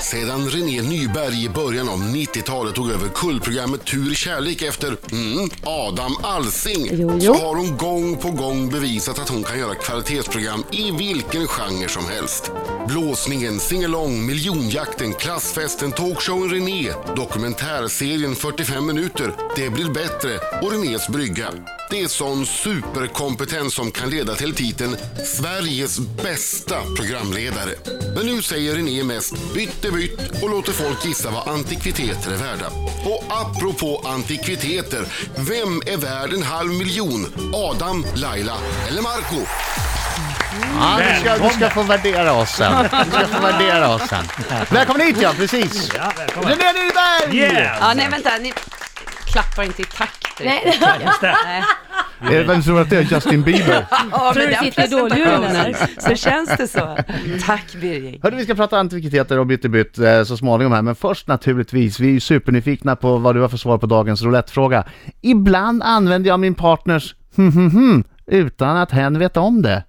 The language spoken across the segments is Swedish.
Sedan René Nyberg i början av 90-talet tog över kullprogrammet Tur i kärlek efter Adam Alsing så har hon gång på gång bevisat att hon kan göra kvalitetsprogram i vilken genre som helst. Blåsningen, singalong, miljonjakten, klassfesten, talkshowen René, dokumentärserien 45 minuter, Det blir bättre och Renés brygga. Det är sån superkompetens som kan leda till titeln Sveriges bästa programledare. Men nu säger René mest bytt och låter folk gissa vad antikviteter är värda. Och apropå antikviteter, vem är värd 500 000? Adam, Laila eller Marco? Ja, du ska få värdera oss sen. Välkommen hit, ja, precis. Ja, välkommen. René Nyberg! Yes. Ja, nej, vänta, ni klappar inte i takt. Just det. Nej. Vem tror att det är Justin Bieber? Ja, Tror du sitter då luren så känns det så. Tack, Birgit. Hörde, vi ska prata antikviteter och bytt så småningom här. Men först naturligtvis, vi är ju supernyfikna på vad du har för svar på dagens roulettefråga. Ibland använder jag min partners utan att hen vet om det.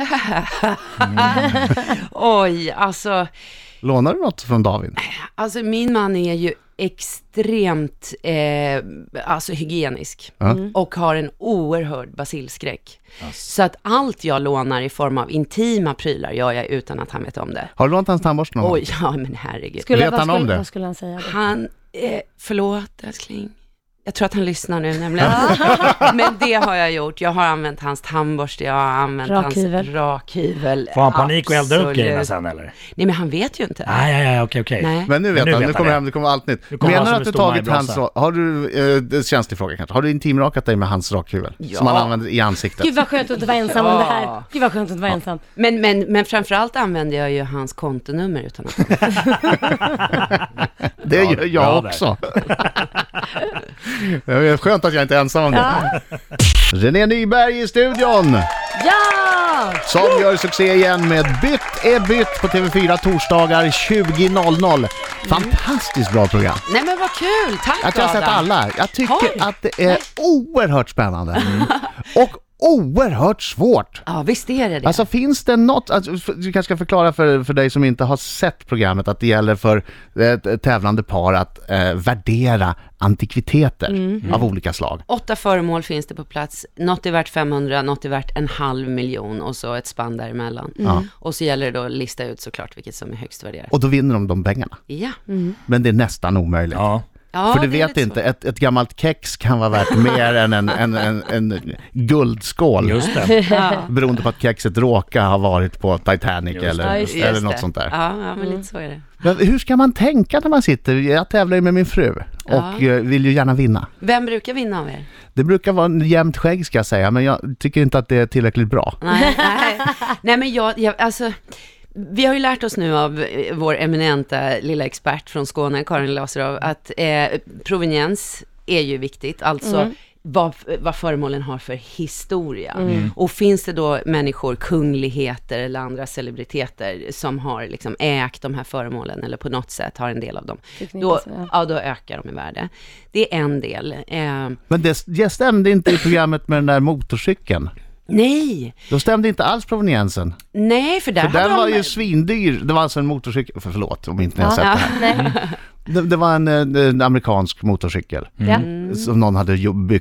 Oj, alltså... Lånar du något från David? Alltså min man är ju extremt hygienisk och har en oerhörd basilskräck. Så att allt jag lånar i form av intima prylar gör jag utan att han vet om det. Har du lånat hans tandborste någon gång? Oj, ja men herregud. Vet han om det? Vad skulle han säga då? Han, förlåt älskling. Jag tror att han lyssnar nu nämligen. Men det har jag gjort. Jag har använt hans tandborste, jag har använt hans rakhyvel. Får han panik och elda upp grejerna sen eller? Nej, men han vet ju inte. Nej, okej. Nej. Men nu vet han, nu kommer hem, det kommer allt nytt. Menar du att du tagit hans har du, känslig fråga kanske, har du intimrakat dig med hans rakhyvel? Ja. Som han använder i ansiktet? Gud vad skönt att inte vara ensam om det här. Gud vad skönt att vara ensam. Men framförallt använder jag ju hans kontonummer utan att... Det gör jag också. Det är skönt att jag inte är ensam om det. René Nyberg i studion. Ja! Som gör succé igen med Bytt är bytt på TV4 torsdagar 20.00. Fantastiskt bra program. Nej men vad kul, tack Jag har sett alla. Jag tycker att det är oerhört spännande. Och oerhört svårt. Ja, visst är det. Alltså finns det något, alltså, du kanske ska förklara för dig som inte har sett programmet att det gäller för tävlande par att värdera antikviteter av olika slag. 8 föremål finns det på plats. Något är värt 500, något är värt 500 000 och så ett spann däremellan. Och så gäller det då att lista ut såklart vilket som är högst värderat. Och då vinner de pengarna. Ja. Men det är nästan omöjligt. Ja, för du vet inte, ett gammalt kex kan vara värt mer än en guldskål. Just det. Beroende på att kexet råkar ha varit på Titanic eller något sånt där. Ja, men lite så är det. Men hur ska man tänka när man sitter? Jag tävlar ju med min fru och vill ju gärna vinna. Vem brukar vinna av er? Det brukar vara en jämnt skägg ska jag säga, men jag tycker inte att det är tillräckligt bra. Nej men jag alltså... Vi har ju lärt oss nu av vår eminenta lilla expert från Skåne, Karin Laserov, att proveniens är ju viktigt. Alltså vad föremålen har för historia. Och finns det då människor, kungligheter eller andra celebriteter som har liksom ägt de här föremålen eller på något sätt har en del av dem, då ökar de i värde. Det är en del. Men det stämde inte i programmet med den där motorcykeln. Nej. Då stämde inte alls proveniensen. Nej, för den var ju svindyr. Det var alltså en motorcykel, förlåt om inte ni har sett det här. Det var en amerikansk motorcykel som någon hade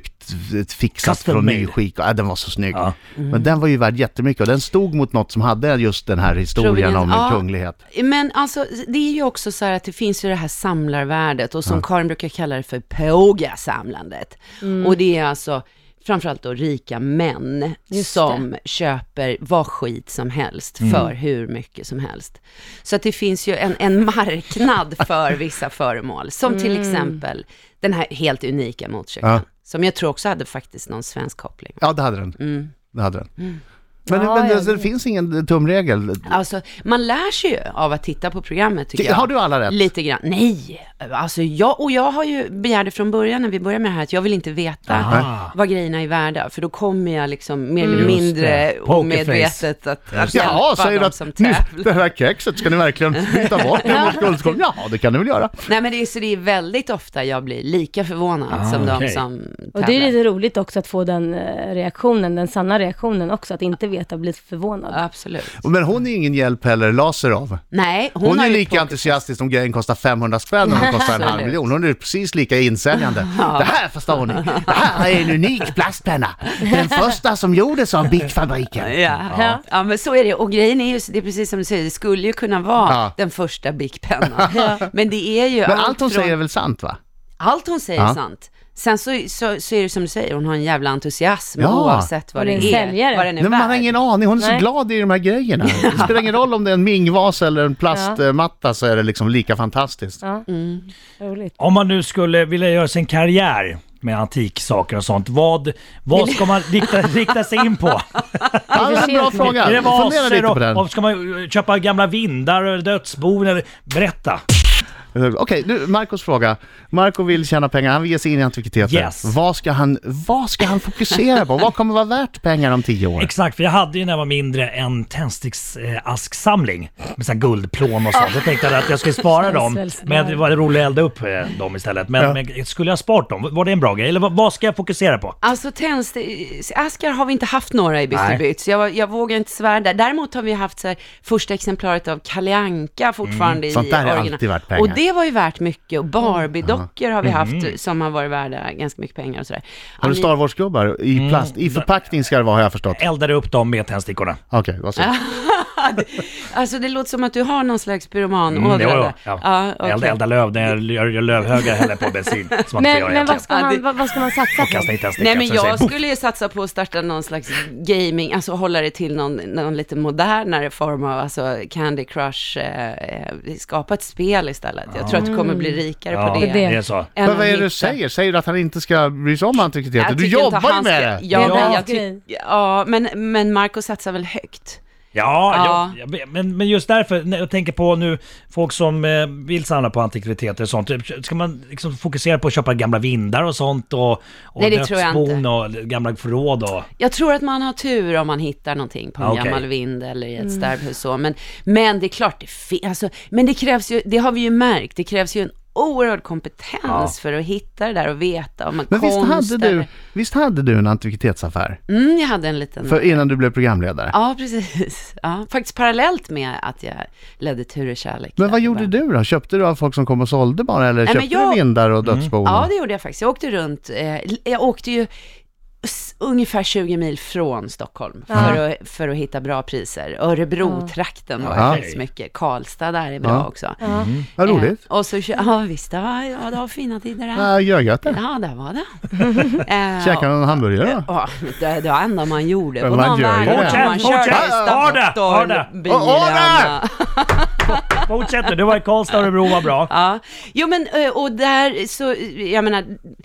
fixat från ny skik. Den var så snygg. Men den var ju värd jättemycket och den stod mot något som hade just den här historien om en kunglighet. Men alltså, det är ju också så här att det finns ju det här samlarvärdet och som Karin brukar kalla det för pågasamlandet. Och det är alltså framförallt då rika män som köper vad skit som helst för hur mycket som helst. Så att det finns ju en marknad för vissa föremål. Som till exempel den här helt unika motorcykeln. Som jag tror också hade faktiskt någon svensk koppling. Ja, det hade den. Det hade den. Men det finns ingen tumregel. Alltså, man lär sig ju av att titta på programmet tycker jag. Har du alla rätt? Lite grann. Nej, alltså jag har ju begärde från början när vi började med det här att jag vill inte veta vad grejerna är värda. För då kommer jag liksom mer eller mindre omedvetet att hjälpa dem som tävlar. Det här kexet, ska ni verkligen byta bort det mot guldskål? Ja, det kan ni väl göra. Nej, men det är väldigt ofta jag blir lika förvånad som de som tävlar. Och det är lite roligt också att få den reaktionen, den sanna reaktionen också, att inte veta veta och blivit förvånad. Absolut. Men hon är ingen hjälp heller, Laserov. Nej, hon är lika entusiastisk om grejen kostar 500 spänn och den kostar 500 000. Hon är precis lika insäljande. Det här förstår ni. Det här är en unik plastpenna. Den första som gjordes av Bic-fabriken. Ja, men så är det. Och grejen är ju, det är precis som du säger, det skulle ju kunna vara den första Bic-pennan. Men det är ju... Men allt hon säger är väl sant, va? Allt hon säger är sant. Sen så är det som du säger, hon har en jävla entusiasm oavsett vad det är. Vad den är Nej, man har ingen aning, hon är så glad i de här grejerna. Det spelar ingen roll om det är en mingvas eller en plastmatta, så är det liksom lika fantastiskt. Om man nu skulle vilja göra sin karriär med antiksaker och sånt, vad ska man rikta sig in på? Det är en bra fråga. Är det vaser ska man köpa gamla vindar eller dödsbon eller berätta? Okej, nu Marcos fråga. Marco vill tjäna pengar, han vill ge sig in i antikviteter. Yes. Vad ska han fokusera på? Vad kommer vara värt pengar om 10 år? Exakt, för jag hade ju när jag var mindre en tändsticksasksamling med sån guldplån och sånt. Jag tänkte att jag skulle spara dem, men det var roligt att elda upp dem istället. Men skulle jag spart dem? Var det en bra grej? Eller vad ska jag fokusera på? Alltså askar har vi inte haft några i Bytterbyt, jag vågar inte svära där. Däremot har vi haft så här, första exemplaret av Kalle Anka fortfarande i sånt där har alltid varit pengar. Och det var ju värt mycket. Och Barbie-dockor har vi haft som har varit värda ganska mycket pengar och sådär. Har du Star Wars-gubbar i plast? I förpackning ska det vara, har jag förstått. Eldade upp dem med tändstickorna. Okej, vad så. Alltså det låter som att du har någon slags pyroman. Elda löv när jag gör lövhögar heller på bensin. Men vad ska man satsa på? Nej, men jag skulle ju satsa på att starta någon slags gaming, alltså hålla det till någon lite modernare form av alltså Candy Crush, skapa ett spel istället. Jag tror att du kommer bli rikare på det. Det är så. Men vad är det du säger? Säger du att han inte ska bry sig om antikviteter? Du jobbar ju med det. Ja, men Marco satsar väl högt. Men just därför, när jag tänker på nu folk som vill samla på antikviteter och sånt, ska man liksom fokusera på att köpa gamla vindar och sånt och dödsbon och gamla förråd och... Jag tror att man har tur om man hittar någonting på en gammal vind eller i ett stärbhus så, men det är klart men det krävs ju, det har vi ju märkt, det krävs ju en oerhörd kompetens för att hitta det där och veta om man visst hade du en antikvitetsaffär? Jag hade en liten... För innan du blev programledare? Ja, precis. Ja, faktiskt parallellt med att jag ledde Tur och kärlek. Men vad gjorde du då? Köpte du av folk som kom och sålde bara? Eller köpte du vindar och dödsbon? Ja, det gjorde jag faktiskt. Jag åkte runt. Jag åkte ju ungefär 20 mil från Stockholm för att hitta bra priser. Örebro-trakten var väldigt mycket. Karlstad där är bra också. Vad roligt. Och så visst, det var fina tider där. Ja, gör gött det. Ja, det var det. Käkade någon hamburgare då? Ja, det var enda man gjorde. På någon väg man körde Stadtorbilen. Fortsätt nu, det var i Karlstad och Örebro var bra. Ja, jo men och där så, jag menar...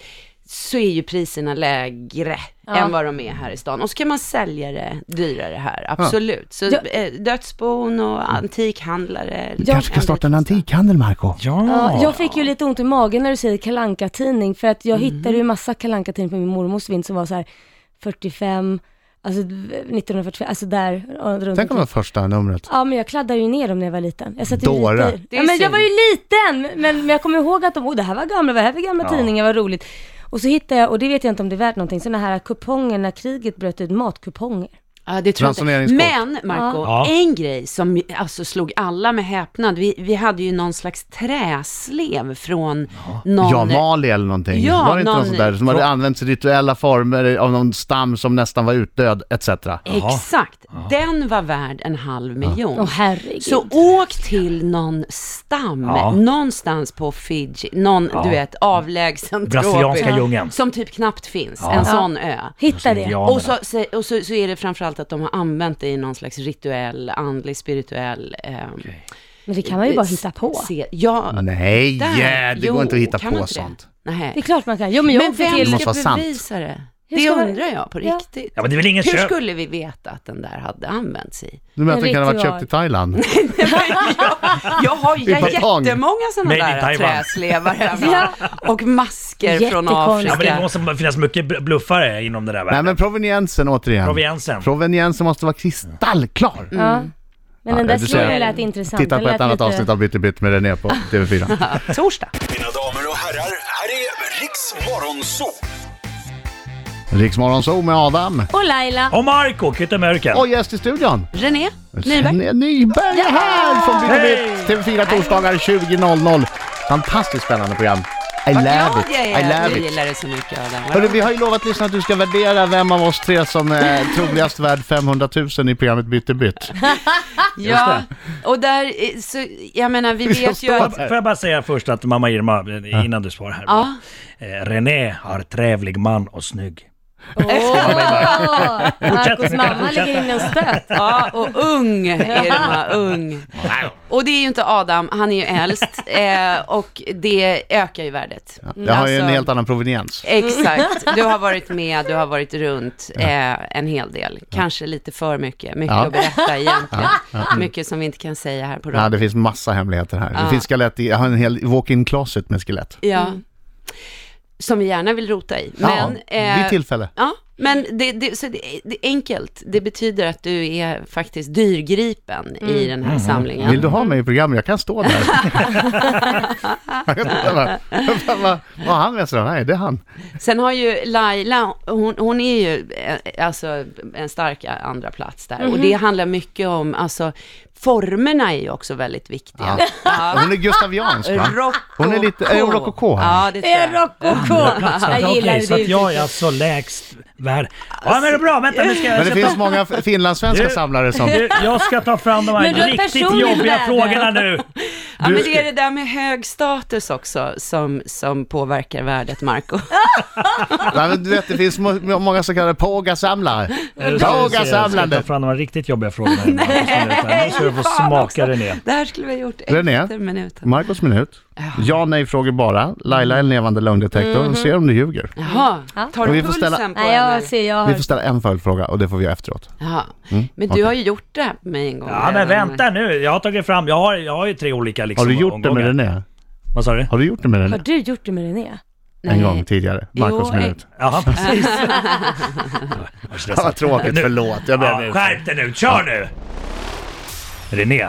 så är ju priserna lägre än vad de är här i stan. Och så kan man sälja det dyrare här, absolut. Så dödsbon och antikhandlare. Du kanske ska starta en antikhandel, Marco. Ja, jag fick ju lite ont i magen när du säger Kalle Anka-tidning. För att jag hittade ju massa Kalle Anka-tidning på min mormors vind som var så här 45... Alltså 1945, alltså där runt. Tänk om det var första numret. Ja, men jag kladdade ju ner dem när jag var liten. Jag satt Dåra. Men jag var ju liten, men jag kommer ihåg att det här var gamla, vad här för gamla tidningar, var roligt. Och så hittade jag, och det vet jag inte om det är värt någonting, såna här kuponger när kriget bröt ut, matkuponger. Ja, det tror jag inte. Men Marco, en grej som alltså slog alla med häpnad. Vi hade ju någon slags träslev från någon... Ja, Mali eller någonting. Var det inte någon sån där som hade använts i rituella former av någon stam som nästan var utdöd, etc. Exakt. Den var värd 500 000. Herregud. Så åk till någon stam någonstans på Fiji. Du vet, avlägsen brasilianska djungeln. Som typ knappt finns. En sån ö. Hitta det. Och så är det framförallt att de har använt det i någon slags rituell, andlig, spirituell... Men det kan man ju bara hitta på. Nej, det går inte att hitta på sånt. Nej. Det är klart man kan. Jo, men vem ska bevisa det? Det undrar jag på riktigt. Ja, men det är väl ingen Hur skulle vi veta att den där hade använts i? Du menar att den kan ha varit köpt i Thailand? jag har jättemånga sådana där träslevar hemma. Och masker från Afrika. Ja, men det måste finnas mycket bluffare inom det där världen. Nej, men proveniensen återigen. Proveniensen måste vara kristallklar. Men den där serien lät intressant. Titta på ett annat avsnitt av Bytt med René på TV4. Torsdag. Mina damer och herrar, här är Riks Morgonzoo. Riksmorgon så med Adam. Och Laila. Och Marco, Kyttemörken. Och gäst i studion. René Nyberg är här från TV4 torsdagar 20.00. Fantastiskt spännande program. I love it. Jag gillar det så mycket av den. Hörru, vi har ju lovat lyssna att du ska värdera vem av oss tre som är troligast värd 500 000 i programmet Bytt. Ja, och där, så, jag menar, vi vet ju att... Får jag bara säga först att mamma Irma, innan du svarar här. Ja. René har trevlig man och snygg. Marcos mamma ligger inne och stöt. Ja, och ung Irma, ung. Och det är ju inte Adam, han är ju äldst. Och det ökar ju värdet. Det har ju en helt annan proveniens. Exakt, du har varit med, du har varit runt en hel del. Kanske lite för mycket att berätta egentligen. Mycket som vi inte kan säga här på radio. Ja, det finns massa hemligheter här. Det finns skelett jag har en hel walk-in closet med skelett. Ja. Som vi gärna vill rota i. Men, vid tillfälle. Ja, men det är enkelt. Det betyder att du är faktiskt dyrgripen i den här samlingen. Vill du ha mig i programmet? Jag kan stå där. Vad har han med sig? Nej, det är han. Sen har ju Laila, hon är ju alltså en stark andra plats där. Och det handlar mycket om, alltså, formerna är ju också väldigt viktiga. Ja. Hon är gustaviansk, va? Hon är lite rokoko här. Ja, det tror jag. Rokoko. Jag gillar det. Så att jag är alltså lägst värd. Ja, men det är bra. Vänta, nu ska jag... Men det finns många finlandssvenska samlare som... Jag ska ta fram de här riktigt jobbiga frågorna nu. Ja, men det är det där med hög status också som påverkar värdet, Marco. Nej, men du vet, det finns många så kallade pågasamlare. Pågasamlande. Jag ska ta fram de här riktigt jobbiga frågorna. Nu ska du få smaka René. Det här skulle vi ha gjort efter minuten. Marcos minut. Ja, nej, frågor bara. Laila är en levande lögndetektor. Se om du ljuger. Jaha, tar du pulsen på henne? Vi får ställa en följdfråga och det får vi göra efteråt. Jaha, men du har ju gjort det här med en gång. Ja, men vänta nu. Jag har tagit fram, jag har ju 3 olika liksom. Har du gjort det med René? Vad sa du? Har du gjort det med René? Har du gjort det med René? En gång tidigare. Marcos minut. Ja, precis. Vad tråkigt, förlåt. Skärp dig nu, kör nu! René.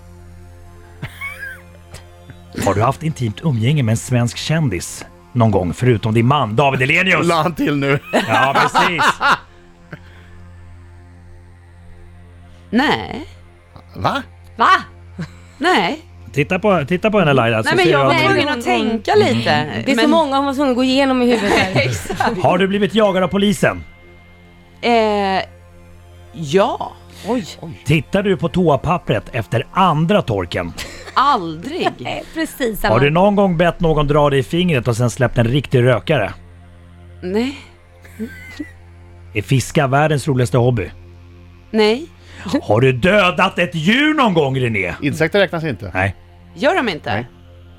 Har du haft intimt umgänge med en svensk kändis någon gång förutom din man David Elenius? La han till nu. Ja, precis. Nej. Va? Nej. Titta på henne, Laila. Nej, men jag var tvungen att tänka lite. Det är så många hon var tvungen att gå igenom i huvudet här. Har du blivit jagad av polisen? Ja. Oj. Tittar du på toapappret efter andra torken? Aldrig. Precis. Har du någon gång bett någon dra dig i fingret och sen släppt en riktig rökare? Nej. Är fiska världens roligaste hobby? Nej. Har du dödat ett djur någon gång, René? Insekter räknas inte. Nej. Gör de inte? Nej.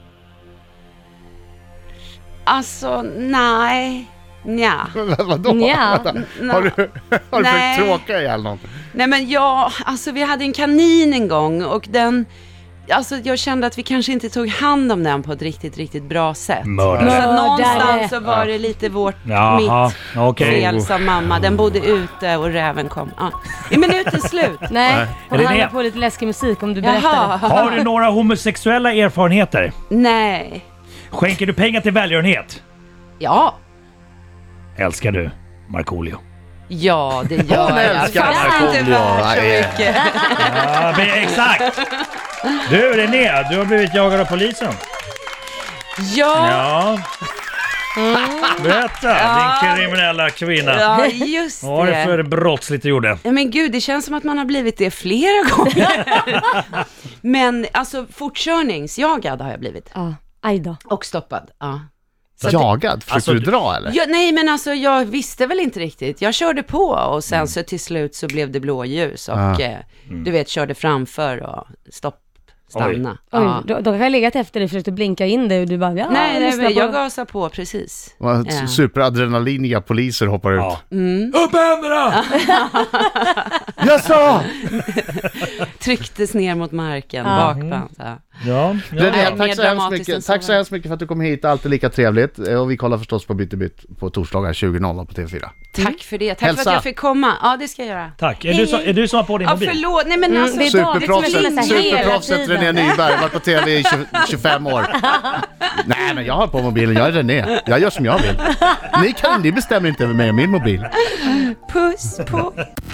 Alltså, nej. Nja. Vadå? Nja. Har du försökt tråka ihjäl någon? Nej, men alltså vi hade en kanin en gång och den... Alltså jag kände att vi kanske inte tog hand om den på ett riktigt bra sätt. Mördare. Så att någonstans så var det lite mitt fel som mamma. Den bodde ute och räven kom. Är minuten slut? Nej, hon handlar på lite läskig musik om du berättar. Har du några homosexuella erfarenheter? Nej. Skänker du pengar till välgörenhet? Ja. Älskar du Markoolio? Ja, det gör jag. Älskar Fast inte värt så mycket. Ja, men exakt. Du René, du har blivit jagad av polisen. Ja. Berätta, din kriminella kvinna. Ja, just det. Vad var det för brottsligt du gjorde? Ja, men gud, det känns som att man har blivit det flera gånger. Men alltså, fortkörningsjagad har jag blivit. Ja, aj då. Och stoppad, ja. Jagad? Försökte du dra eller? Ja, nej, men alltså jag visste väl inte riktigt. Jag körde på och sen så till slut så blev det blåljus och du vet, körde framför och stanna. Oj, då kan jag legat efter dig och försökte blinka in dig och du bara, nej, men jag gasar på precis. Superadrenaliniga poliser hoppar ut. Upp händerna! Jag sa! Trycktes ner mot marken bakband. René, tack så hemskt mycket för att du kom hit. Alltid lika trevligt. Och vi kollar förstås på Bytt på torsdagar 20.00 på TV4. Tack för det. Tack för att jag fick komma. Ja, det ska jag göra. Tack. Är du som har på din mobil? Förlåt. Nej, men alltså, Superproffset René Nyberg. Varit på TV i 25 år. Nej, men jag har på mobilen. Jag är René. Jag gör som jag vill. Ni bestämmer inte över mig och min mobil. Puss på.